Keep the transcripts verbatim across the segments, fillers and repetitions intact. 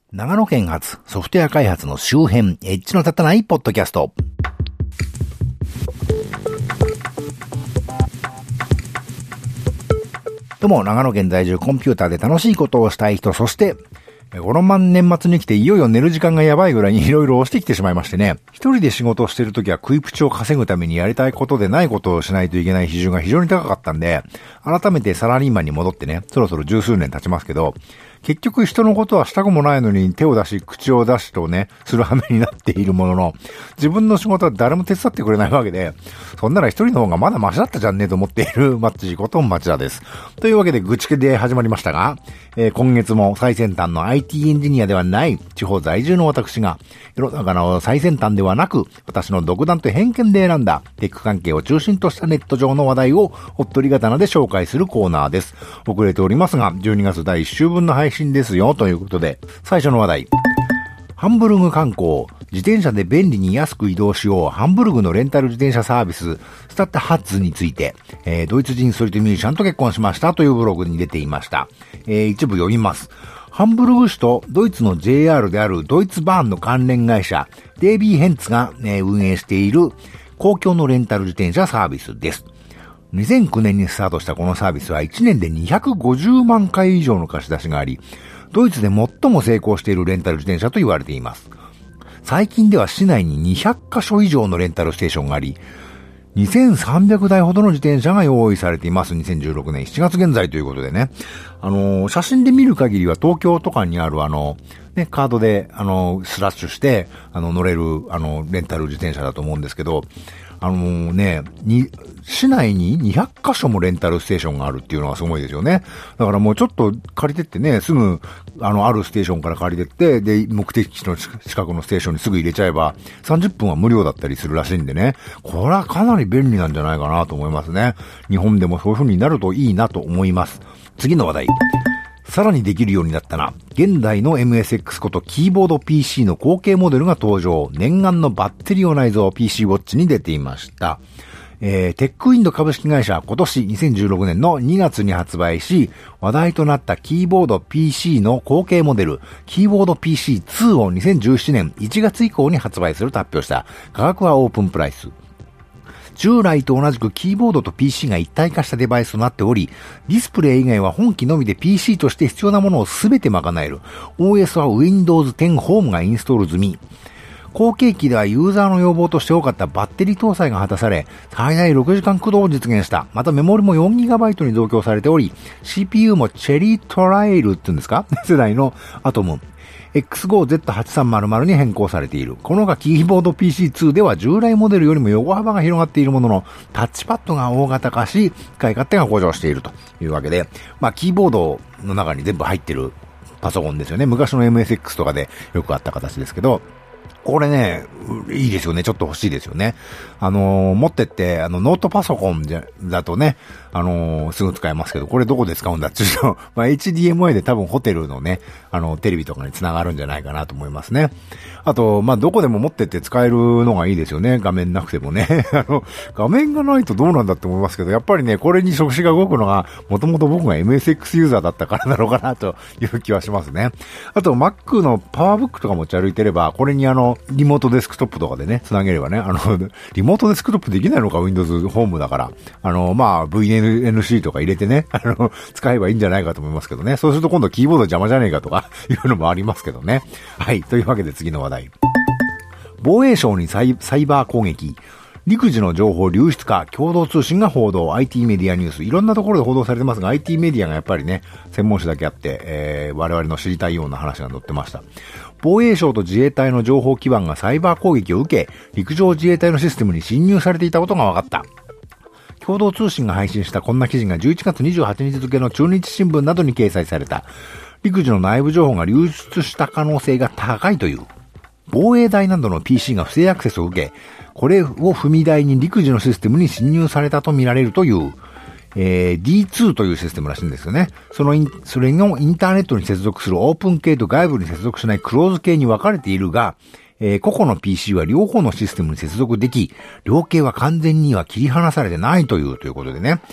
長野県発ソフトウェア開発の周辺エッジの立たないポッドキャスト。どうも、長野県在住コンピューターで楽しいことをしたい人、そしてご、ろくまん年末に来ていよいよ寝る時間がやばいぐらいにいろいろ押してきてしまいましてね。一人で仕事をしているときは食い口を稼ぐためにやりたいことでないことをしないといけない比重が非常に高かったんで、改めてサラリーマンに戻ってね、そろそろ十数年経ちますけど、結局人のことはしたくもないのに手を出し、口を出しとね、する羽目になっているものの、自分の仕事は誰も手伝ってくれないわけで、そんなら一人の方がまだマシだったじゃんねと思っているマッチこと町田です。というわけで愚痴けで始まりましたが、えー、今月も最先端の アイティー エンジニアではない地方在住の私が、世の中の最先端ではなく、私の独断と偏見で選んだテック関係を中心としたネット上の話題をおっとり刀で紹介するコーナーです。遅れておりますが、じゅうにがつだいいっ週分の配信ですよということで、最初の話題。ハンブルグ観光、自転車で便利に安く移動しよう、ハンブルグのレンタル自転車サービス、スタッタハッツについて、えー、ドイツ人ストリートミュージシャンと結婚しましたというブログに出ていました。えー、一部読みます。ハンブルグ市とドイツの ジェイアール であるドイツバーンの関連会社、デイビー・ヘンツが、えー、運営している公共のレンタル自転車サービスです。にせんきゅうねんにスタートしたこのサービスはいちねんでにひゃくごじゅうまんかい以上の貸し出しがあり、ドイツで最も成功しているレンタル自転車と言われています。最近では市内ににひゃっかしょ以上のレンタルステーションがあり、にせんさんびゃくだいほどの自転車が用意されています。にせんじゅうろくねんしちがつ現在ということでね。あのー、写真で見る限りは東京とかにあるあの、ね、カードで、あのー、スラッシュして、あの、乗れる、あの、レンタル自転車だと思うんですけど、あのー、ね、に、市内ににひゃっかしょもレンタルステーションがあるっていうのがすごいですよね。だからもうちょっと借りてってね、すぐ、あの、あるステーションから借りてって、で、目的地の近くのステーションにすぐ入れちゃえば、さんじゅっぷんは無料だったりするらしいんでね。これはかなり便利なんじゃないかなと思いますね。日本でもそういう風になるといいなと思います。次の話題。さらにできるようになったな。現代の エムエスエックス ことキーボード ピーシー の後継モデルが登場。念願のバッテリーを内蔵 ピーシー ウォッチに出ていました。えー、テックウィンド株式会社今年にせんじゅうろくねんのにがつに発売し、話題となったキーボード ピーシー の後継モデル、キーボード ピーシーツー をにせんじゅうななねんいちがつ以降に発売すると発表した。価格はオープンプライス。従来と同じくキーボードと ピーシー が一体化したデバイスとなっており、ディスプレイ以外は本機のみで ピーシー として必要なものをすべて賄える。オーエス は ウィンドウズテン Home がインストール済み。後継機ではユーザーの要望として多かったバッテリー搭載が果たされ、最大ろくじかん駆動を実現した。またメモリも よんギガバイト に増強されており、シーピーユー もチェリートライルって言うんですか世代のアトム。エックスフォーゼットはちさんまるまる に変更されている。この他キーボード ピーシーツー では従来モデルよりも横幅が広がっているものの、タッチパッドが大型化し、使い勝手が向上しているというわけで、まあキーボードの中に全部入ってるパソコンですよね。昔の エムエスエックス とかでよくあった形ですけど、これね、いいですよね。ちょっと欲しいですよね。あのー、持ってって、あの、ノートパソコンじゃ、だとね、あのー、すぐ使えますけど、これどこで使うんだっていうと、まあ、エイチディーエムアイ で多分ホテルのね、あの、テレビとかに繋がるんじゃないかなと思いますね。あと、まあ、どこでも持ってって使えるのがいいですよね。画面なくてもね。あの、画面がないとどうなんだって思いますけど、やっぱりね、これに触手が動くのが、もともと僕が エムエスエックス ユーザーだったからなのかなという気はしますね。あと、Mac のパワーブックとか持ち歩いてれば、これにあの、リモートデスクトップとかでね、繋げればね、あの、リモートデスクトップできないのか、Windows ホームだから。あの、まあ、ブイエヌシー とか入れてね、あの、使えばいいんじゃないかと思いますけどね。そうすると今度キーボード邪魔じゃねえかとか、いうのもありますけどね。はい。というわけで次の話題。防衛省にサイ、サイバー攻撃。陸自の情報流出か、共同通信が報道、アイティー メディアニュース、いろんなところで報道されてますが、アイティー メディアがやっぱりね、専門誌だけあって、えー、我々の知りたいような話が載ってました。防衛省と自衛隊の情報基盤がサイバー攻撃を受け、陸上自衛隊のシステムに侵入されていたことが分かった。共同通信が配信したこんな記事がじゅういちがつにじゅうはちにち付の中日新聞などに掲載された。陸自の内部情報が流出した可能性が高いという。防衛大などの ピーシー が不正アクセスを受け、これを踏み台に陸自のシステムに侵入されたとみられるという、えー、ディーツー というシステムらしいんですよね。そのイン、それのインターネットに接続するオープン系と外部に接続しないクローズ系に分かれているが、えー、個々の ピーシー は両方のシステムに接続でき、両系は完全には切り離されてないという、ということでね。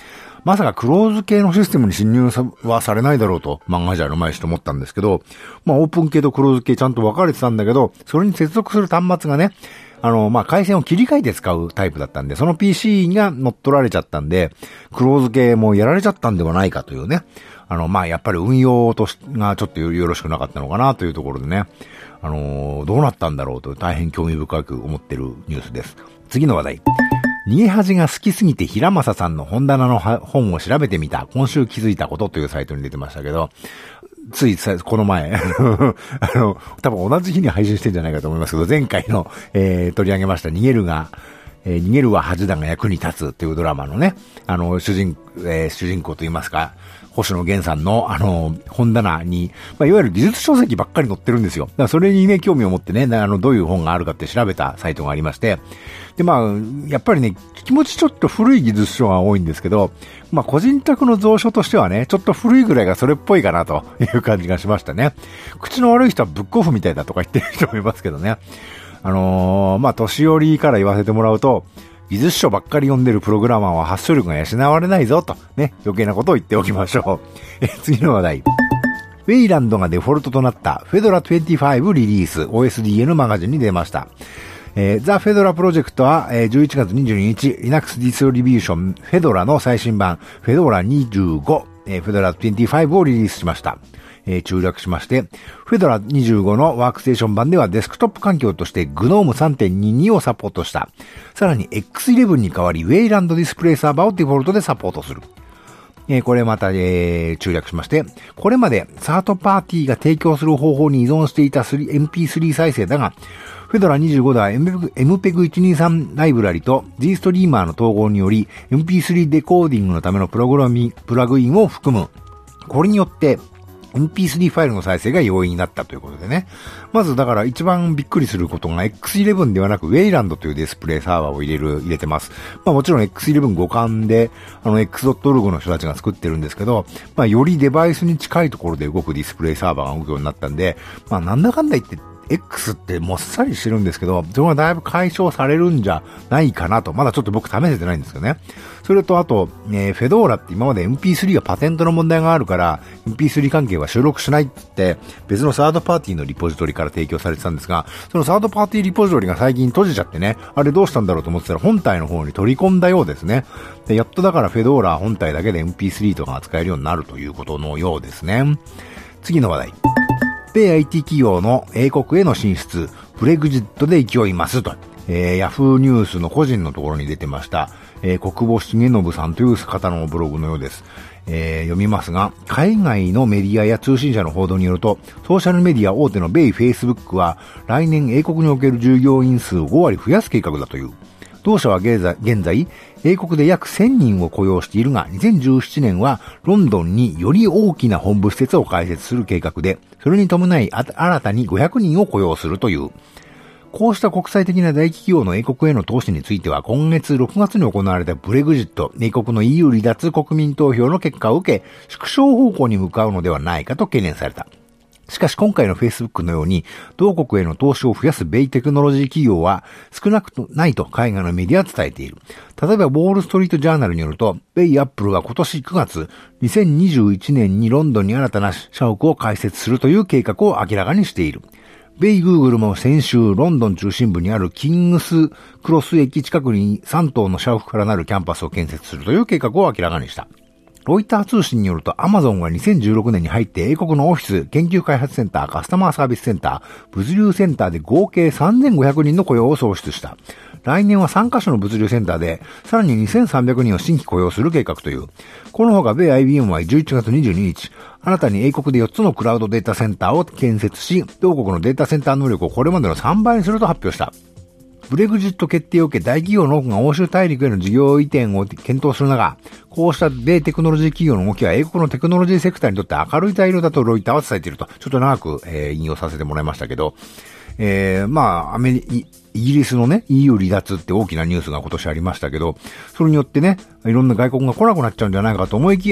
まさかクローズ系のシステムに侵入はされないだろうと、漫画ジャーの前しと思ったんですけど、まあオープン系とクローズ系ちゃんと分かれてたんだけど、それに接続する端末がね、あの、まあ、回線を切り替えて使うタイプだったんで、その ピーシー が乗っ取られちゃったんで、クローズ系もやられちゃったんではないかというね。あの、まあ、やっぱり運用としがちょっとよろしくなかったのかなというところでね。あのー、どうなったんだろうと大変興味深く思ってるニュースです。次の話題。逃げ恥が好きすぎて平正さんの本棚の本を調べてみた。今週気づいたことというサイトに出てましたけど、ついさ、この前、あの、多分同じ日に配信してんじゃないかと思いますけど、前回の、えー、取り上げました逃げるが、えー、逃げるは恥だが役に立つというドラマのね、あの、主人、えー、主人公といいますか、星野源さんの、あの、本棚に、まあ、いわゆる技術書籍ばっかり載ってるんですよ。だからそれにね、興味を持ってね、あの、どういう本があるかって調べたサイトがありまして、で、まあ、やっぱりね、気持ちちょっと古い技術書が多いんですけど、まあ、個人宅の蔵書としてはね、ちょっと古いぐらいがそれっぽいかなという感じがしましたね。口の悪い人はブックオフみたいだとか言ってる人もいますけどね。あのー、まあ、年寄りから言わせてもらうと、技術書ばっかり読んでるプログラマーは発想力が養われないぞと、ね、余計なことを言っておきましょう。え、次の話題。ウェイランドがデフォルトとなったフェドラにじゅうごリリース オーエスディーエヌ マガジンに出ました。えー、ザ・フェドラプロジェクトは、えー、じゅういちがつにじゅうににち Linux ディストリビューションフェドラの最新版フェドラにじゅうご、えー、フェドラにじゅうごをリリースしました。えー、中略しまして、フェドラにじゅうごのワークステーション版ではデスクトップ環境として グノームさんてんにじゅうに をサポートした。さらに エックスイレブン に代わりウェイランドディスプレイサーバーをデフォルトでサポートする。えー、これまた、えー、中略しまして、これまでサードパーティーが提供する方法に依存していた エムピースリー 再生だが、フェドラにじゅうごでは エムペグいちにさん ライブラリと G ストリーマーの統合により エムピースリー デコーディングのためのプログラミプラグインを含む。これによって エムピースリー ファイルの再生が容易になったということでね。まずだから一番びっくりすることが エックスイレブン ではなくウェイランドというディスプレイサーバーを入れる、入れてます。まあもちろん エックスイレブン 互換であの エックスドットオルグ の人たちが作ってるんですけど、まあよりデバイスに近いところで動くディスプレイサーバーが動くようになったんで、まあなんだかんだ言ってX ってもっさりしてるんですけど、それがだいぶ解消されるんじゃないかなと。まだちょっと僕試せてないんですけどね。それとあと、えー、フェドーラって今まで エムピースリー はパテントの問題があるから、エムピースリー 関係は収録しないって言って、別のサードパーティーのリポジトリから提供されてたんですが、そのサードパーティーリポジトリが最近閉じちゃってね、あれどうしたんだろうと思ってたら本体の方に取り込んだようですね。で、やっとだからフェドーラ本体だけで エムピースリー とかが使えるようになるということのようですね。次の話題。米 アイティー 企業の英国への進出、ブレグジットで勢いますと、えー、ヤフーニュースの個人のところに出てました、えー、国母重信さんという方のブログのようです。えー、読みますが、海外のメディアや通信社の報道によると、ソーシャルメディア大手の米フェイスブックは、来年英国における従業員数をごわり増やす計画だという。同社は現在、現在英国で約せんにんを雇用しているが、にせんじゅうななねんはロンドンにより大きな本部施設を開設する計画で、それに伴い新たにごひゃくにんを雇用するという。こうした国際的な大企業の英国への投資については、今月ろくがつに行われたブレグジット、英国の イーユー 離脱国民投票の結果を受け、縮小方向に向かうのではないかと懸念された。しかし今回の Facebook のように同国への投資を増やす米テクノロジー企業は少なくないと海外のメディアは伝えている。例えばウォールストリートジャーナルによると、米アップルは今年くがつ、にせんにじゅういちねんにロンドンに新たな社屋を開設するという計画を明らかにしている。米グーグルも先週ロンドン中心部にあるキングスクロス駅近くにさん棟の社屋からなるキャンパスを建設するという計画を明らかにした。ロイター通信によると、アマゾンはにせんじゅうろくねんに入って英国のオフィス、研究開発センター、カスタマーサービスセンター、物流センターで合計さんぜんごひゃくにんの雇用を創出した。来年はさんカ所の物流センターで、さらににせんさんびゃくにんを新規雇用する計画という。このほか、米 アイビーエム はじゅういちがつにじゅうににち、新たに英国でよっつのクラウドデータセンターを建設し、同国のデータセンター能力をこれまでのさんばいにすると発表した。ブレグジット決定を受け大企業の多くが欧州大陸への事業移転を検討する中、こうした米テクノロジー企業の動きは英国のテクノロジーセクターにとって明るい材料だとロイターは伝えていると。ちょっと長く、えー、引用させてもらいましたけど、えー、まあ、アメリ、イギリスのね、イーユー 離脱って大きなニュースが今年ありましたけど、それによってね、いろんな外国が来なくなっちゃうんじゃないかと思いきや、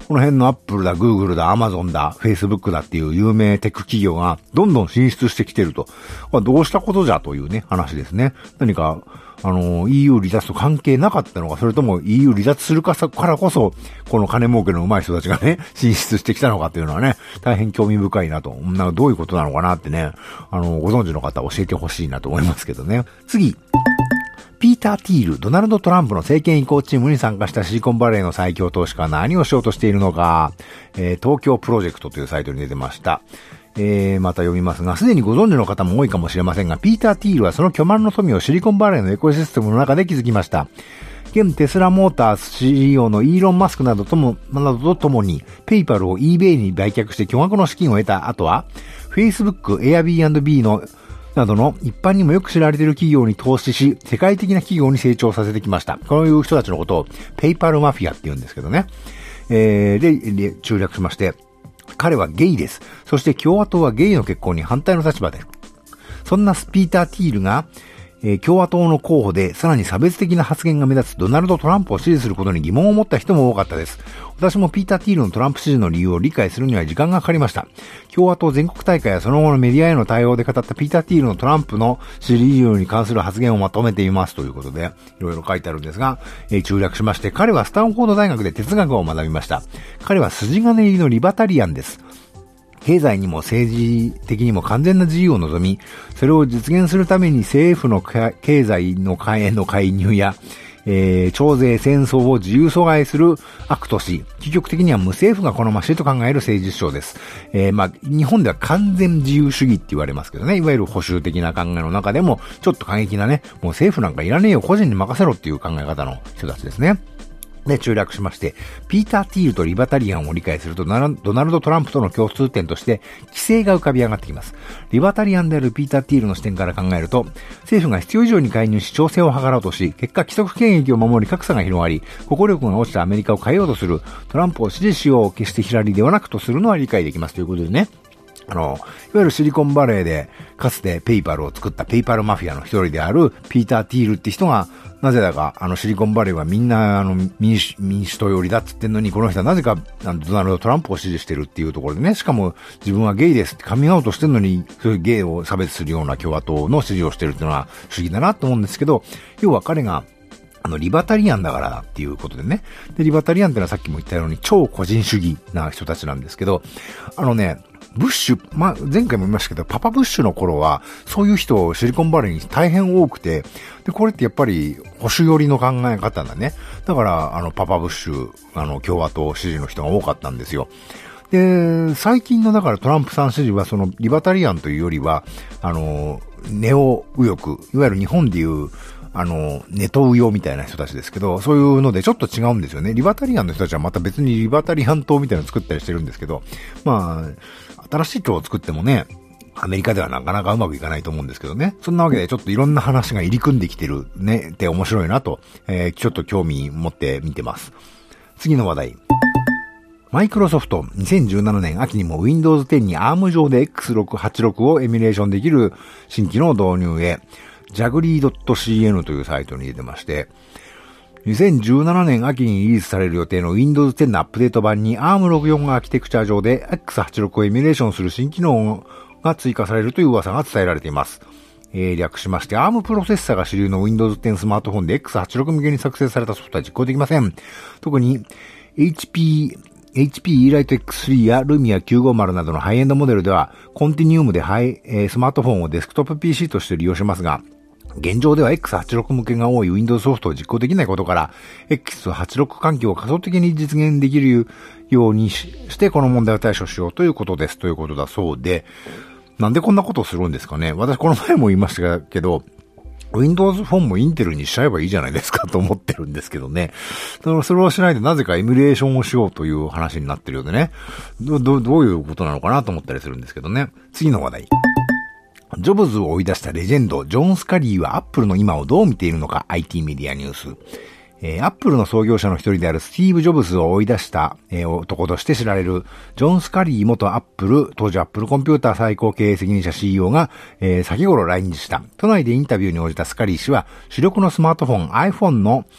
この辺の Apple だ、Google だ、Amazon だ、Facebook だっていう有名テック企業がどんどん進出してきてると。どうしたことじゃというね、話ですね。何か、あの、イーユー 離脱と関係なかったのか、それとも イーユー 離脱するからこそ、この金儲けの上手い人たちがね、進出してきたのかっていうのはね、大変興味深いなと。なんかどういうことなのかなってね、あの、ご存知の方教えてほしいなと思いますけどね。次。ピーター・ティール、ドナルド・トランプの政権移行チームに参加したシリコンバレーの最強投資家は何をしようとしているのか、えー、東京プロジェクトというサイトに出てました。えー、また読みますが、すでにご存知の方も多いかもしれませんが、ピーター・ティールはその巨万の富をシリコンバレーのエコシステムの中で築きました。現テスラモーター シーイーオー のイーロン・マスクなどとも、などとともに、ペイパルを eBay に売却して巨額の資金を得た後は、Facebook、Airbnb のなどの一般にもよく知られている企業に投資し、世界的な企業に成長させてきました。こういう人たちのことをペイパルマフィアって言うんですけどね。えー、で、で中略しまして、彼はゲイです。そして共和党はゲイの結婚に反対の立場です。そんなピーター・ティールが、えー、共和党の候補でさらに差別的な発言が目立つドナルド・トランプを支持することに疑問を持った人も多かったです。私もピーター・ティールのトランプ支持の理由を理解するには時間がかかりました。共和党全国大会やその後のメディアへの対応で語ったピーター・ティールのトランプの支持理由に関する発言をまとめていますということで、いろいろ書いてあるんですが、えー、中略しまして、彼はスタンフォード大学で哲学を学びました。彼は筋金入りのリバタリアンです。経済にも政治的にも完全な自由を望み、それを実現するために政府の経済の介の介入や、えー、徴税戦争を自由阻害する悪とし、究極的には無政府が好ましいと考える政治主張です。えー、まあ、日本では完全自由主義って言われますけどね、いわゆる保守的な考えの中でも、ちょっと過激なね、もう政府なんかいらねえよ、個人に任せろっていう考え方の人たちですね。で、中略しまして、ピーター・ティールとリバタリアンを理解すると、ドナルド・トランプとの共通点として、規制が浮かび上がってきます。リバタリアンであるピーター・ティールの視点から考えると、政府が必要以上に介入し調整を図ろうとし、結果、規則権益を守り格差が広がり、国力が落ちたアメリカを変えようとする、トランプを支持しよう、決してヒラリーではなくとするのは理解できますということでね。あの、いわゆるシリコンバレーで、かつてペイパルを作ったペイパルマフィアの一人であるピーター・ティールって人が、なぜだか、あの、シリコンバレーはみんな、あの、民主、民主党寄りだって言ってんのに、この人はなぜか、あの、ドナルド・トランプを支持してるっていうところでね、しかも、自分はゲイですってカミングアウトしてんのに、そういうゲイを差別するような共和党の支持をしてるっていうのは不思議だなと思うんですけど、要は彼が、あの、リバタリアンだからっていうことでね。で、リバタリアンってのはさっきも言ったように、超個人主義な人たちなんですけど、あのね、ブッシュ、まあ、前回も言いましたけど、パパブッシュの頃は、そういう人、シリコンバレーに大変多くて、で、これってやっぱり、保守寄りの考え方だね。だから、あの、パパブッシュ、あの、共和党支持の人が多かったんですよ。で、最近の、だからトランプさん支持は、その、リバタリアンというよりは、あの、ネオ右翼、いわゆる日本でいう、あの、ネトウヨみたいな人たちですけど、そういうのでちょっと違うんですよね。リバタリアンの人たちはまた別にリバタリアン党みたいなの作ったりしてるんですけど、まあ、新しい党を作ってもね、アメリカではなかなかうまくいかないと思うんですけどね。そんなわけでちょっといろんな話が入り組んできてるね、って面白いなと、えー、ちょっと興味持って見てます。次の話題。マイクロソフト、にせんじゅうななねん秋にも ウィンドウズテン に アーム 上で エックスろくはちろく をエミュレーションできる新機能導入へ、ジャグリー ドット シーエヌ というサイトに出てまして、にせんじゅうななねん秋にリリースされる予定の ウィンドウズテン のアップデート版に アームろくじゅうよん アーキテクチャ上で エックスはちじゅうろく をエミュレーションする新機能が追加されるという噂が伝えられています。えー、略しまして アーム プロセッサーが主流の ウィンドウズテン スマートフォンで エックスはちじゅうろく 向けに作成されたソフトは実行できません。特に エイチピーエイチピー E-Lite エックススリー や Lumia きゅうごまるなどのハイエンドモデルでは、コンティニウムでハイ、えー、スマートフォンをデスクトップ ピーシー として利用しますが、現状では エックスはちじゅうろく 向けが多い Windows ソフトを実行できないことから、エックスはちじゅうろく 環境を仮想的に実現できるようにして、この問題を対処しようということです。ということだそうで、なんでこんなことをするんですかね。私この前も言いましたけど、Windows フォンもインテルにしちゃえばいいじゃないですかと思ってるんですけどね。だからそれをしないでなぜかエミュレーションをしようという話になってるようでね。ど、ど、どういうことなのかなと思ったりするんですけどね。次の話題。ジョブズを追い出したレジェンド、ジョン・スカリーはアップルの今をどう見ているのか アイティー メディアニュース。えー、アップルの創業者の一人であるスティーブ・ジョブズを追い出した、えー、男として知られるジョン・スカリー元アップル、当時アップルコンピューター最高経営責任者 シーイーオー が、えー、先頃来日した。都内でインタビューに応じたスカリー氏は主力のスマートフォン iPhone の、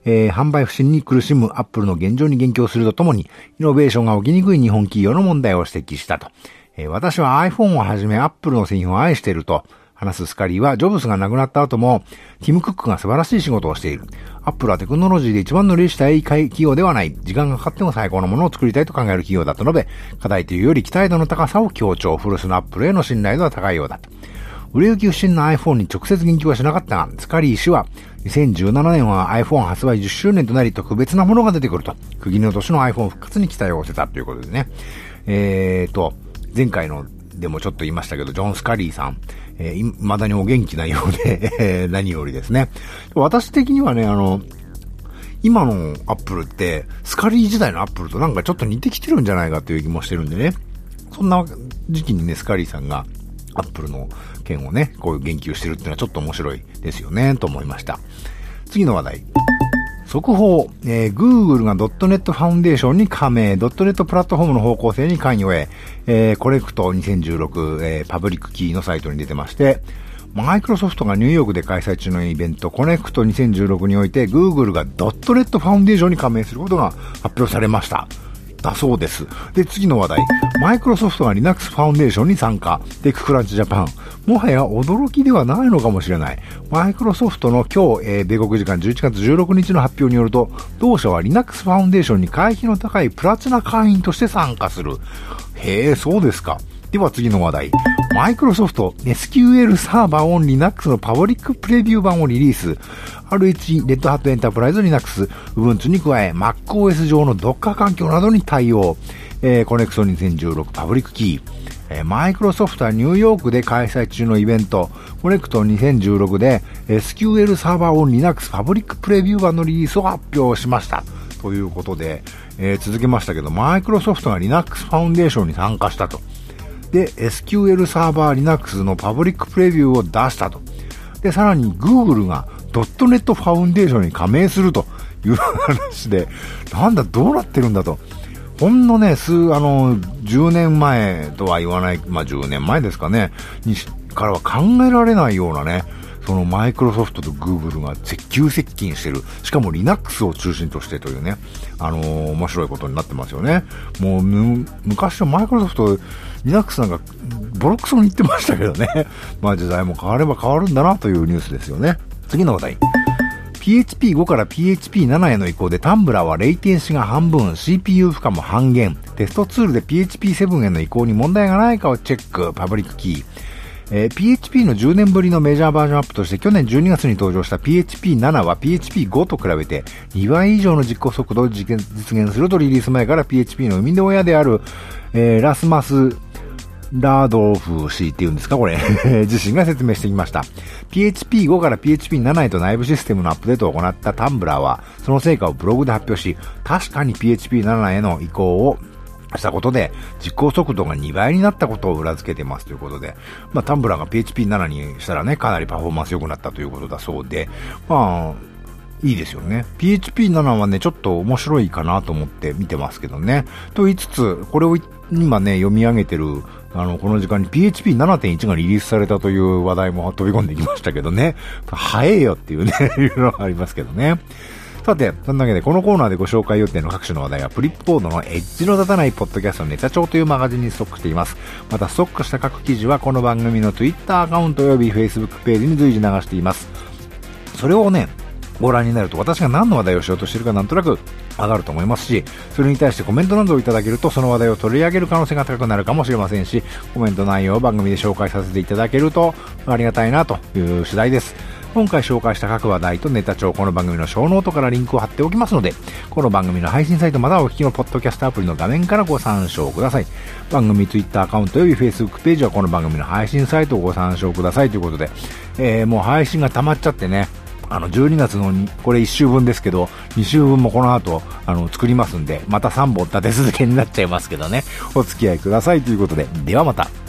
えー、販売不振に苦しむアップルの現状に言及するとともに、イノベーションが起きにくい日本企業の問題を指摘したと。えー、私は iPhone をはじめアップルの製品を愛していると話すスカリーは、ジョブズが亡くなった後も、ティム・クックが素晴らしい仕事をしている。アップルはテクノロジーで一番乗りしたい企業ではない。時間がかかっても最高のものを作りたいと考える企業だと述べ、課題というより期待度の高さを強調。古巣のアップルへの信頼度は高いようだと。売れ行き不振の iPhone に直接言及はしなかったが、スカリー氏は、にせんじゅうななねんは iPhone 発売じゅっしゅうねんとなり特別なものが出てくると。区切りの年の iPhone 復活に期待を寄せたということでね。えーと、前回のでもちょっと言いましたけど、ジョン・スカリーさん、えー、未だにお元気なようで、えー、何よりですね。私的にはね、あの、今のアップルって、スカリー時代のアップルとなんかちょっと似てきてるんじゃないかという気もしてるんでね。そんな時期にね、スカリーさんがアップルの件をね、こういう言及してるっていうのはちょっと面白いですよね、と思いました。次の話題。速報、えー、Google が ドットネット ファウンデーションに加盟、ドットネット プラットフォームの方向性に関与へ、えー、コレクトにせんじゅうろく、えー、パブリックキーのサイトに出てまして、マイクロソフトがニューヨークで開催中のイベント、コネクトにせんじゅうろくにおいて、Google が ドットネット ファウンデーションに加盟することが発表されました。だそうです。で、次の話題。マイクロソフトが Linux ファウンデーションに参加。テッククランチジャパン。もはや驚きではないのかもしれない。マイクロソフトの今日、えー、米国時間じゅういちがつじゅうろくにちの発表によると、同社は Linux ファウンデーションに会費の高いプラチナ会員として参加する。へえ、そうですか。では次の話題。マイクロソフト エスキューエル サーバーオン Linux のパブリックプレビュー版をリリース。アールエイチ レッドハットエンタープライズ Linux、Ubuntu に加え MacOS 上の Docker 環境などに対応。えー、コネクトにせんじゅうろくパブリックキー。えー、マイクロソフトはニューヨークで開催中のイベント、コネクトにせんじゅうろくで エスキューエル サーバーオン Linux パブリックプレビュー版のリリースを発表しました。ということで、えー、続けましたけど、マイクロソフトが Linux ファウンデーションに参加したと。で、エスキューエル サーバー Linux のパブリックプレビューを出したと。で、さらに Google が ドットネット ファウンデーションに加盟するという話で、なんだ、どうなってるんだと。ほんのね、数、あの、じゅうねんまえとは言わない、まあ、じゅうねんまえですかね、にからは考えられないようなね、そのマイクロソフトと Google が接近接近してる。しかも Linux を中心としてというね、あのー、面白いことになってますよね。もう、昔はマイクロソフト、Linux なんか、ボロクソに言ってましたけどね。まあ時代も変われば変わるんだなというニュースですよね。次の話題。ピーエイチピーファイブ から ピーエイチピーセブン への移行でタンブラーはレイテンシが半分、シーピーユー 負荷も半減。テストツールで ピーエイチピーセブン への移行に問題がないかをチェック。パブリックキー。えー、ピーエイチピー のじゅうねんぶりのメジャーバージョンアップとして去年じゅうにがつに登場した ピーエイチピーセブン は ピーエイチピーファイブ と比べてにばい以上の実行速度を実現するとリリース前から ピーエイチピー の生みの親である、えー、ラスマス・ラードフ氏っていうんですかこれ自身が説明してきました。 ピーエイチピーファイブ から ピーエイチピーセブン へと内部システムのアップデートを行ったタンブラーはその成果をブログで発表し、確かに ピーエイチピーセブン への移行をしたことで実行速度がにばいになったことを裏付けてますということで、まあタンブラーが ピーエイチピーセブン にしたらね、かなりパフォーマンス良くなったということだそうで、まあいいですよね。ピーエイチピーセブン はね、ちょっと面白いかなと思って見てますけどね。と言いつつ、これを今ね、読み上げてる、あの、この時間に ピーエイチピーセブンてんいち がリリースされたという話題も飛び込んできましたけどね。早いよっていうね、いうのがありますけどね。さて、そんなわけでこのコーナーでご紹介予定の各種の話題はプリップボードのエッジの立たないポッドキャストのネタ帳というマガジンにストックしています。またストックした各記事はこの番組の Twitter アカウント及び Facebook ページに随時流しています。それをね、ご覧になると私が何の話題をしようとしているかなんとなくわかると思いますし、それに対してコメントなどをいただけるとその話題を取り上げる可能性が高くなるかもしれませんし、コメント内容を番組で紹介させていただけるとありがたいなという次第です。今回紹介した各話題とネタ帳、この番組のショーノートからリンクを貼っておきますので、この番組の配信サイトまたはお聞きのポッドキャストアプリの画面からご参照ください。番組 Twitter アカウント及び Facebook ページはこの番組の配信サイトをご参照くださいということで、えー、もう配信が溜まっちゃってね、あのじゅうにがつのこれいっしゅうぶんですけどにしゅうぶんもこの後あの作りますんで、またさんぼん立て続けになっちゃいますけどね、お付き合いくださいということで、ではまた。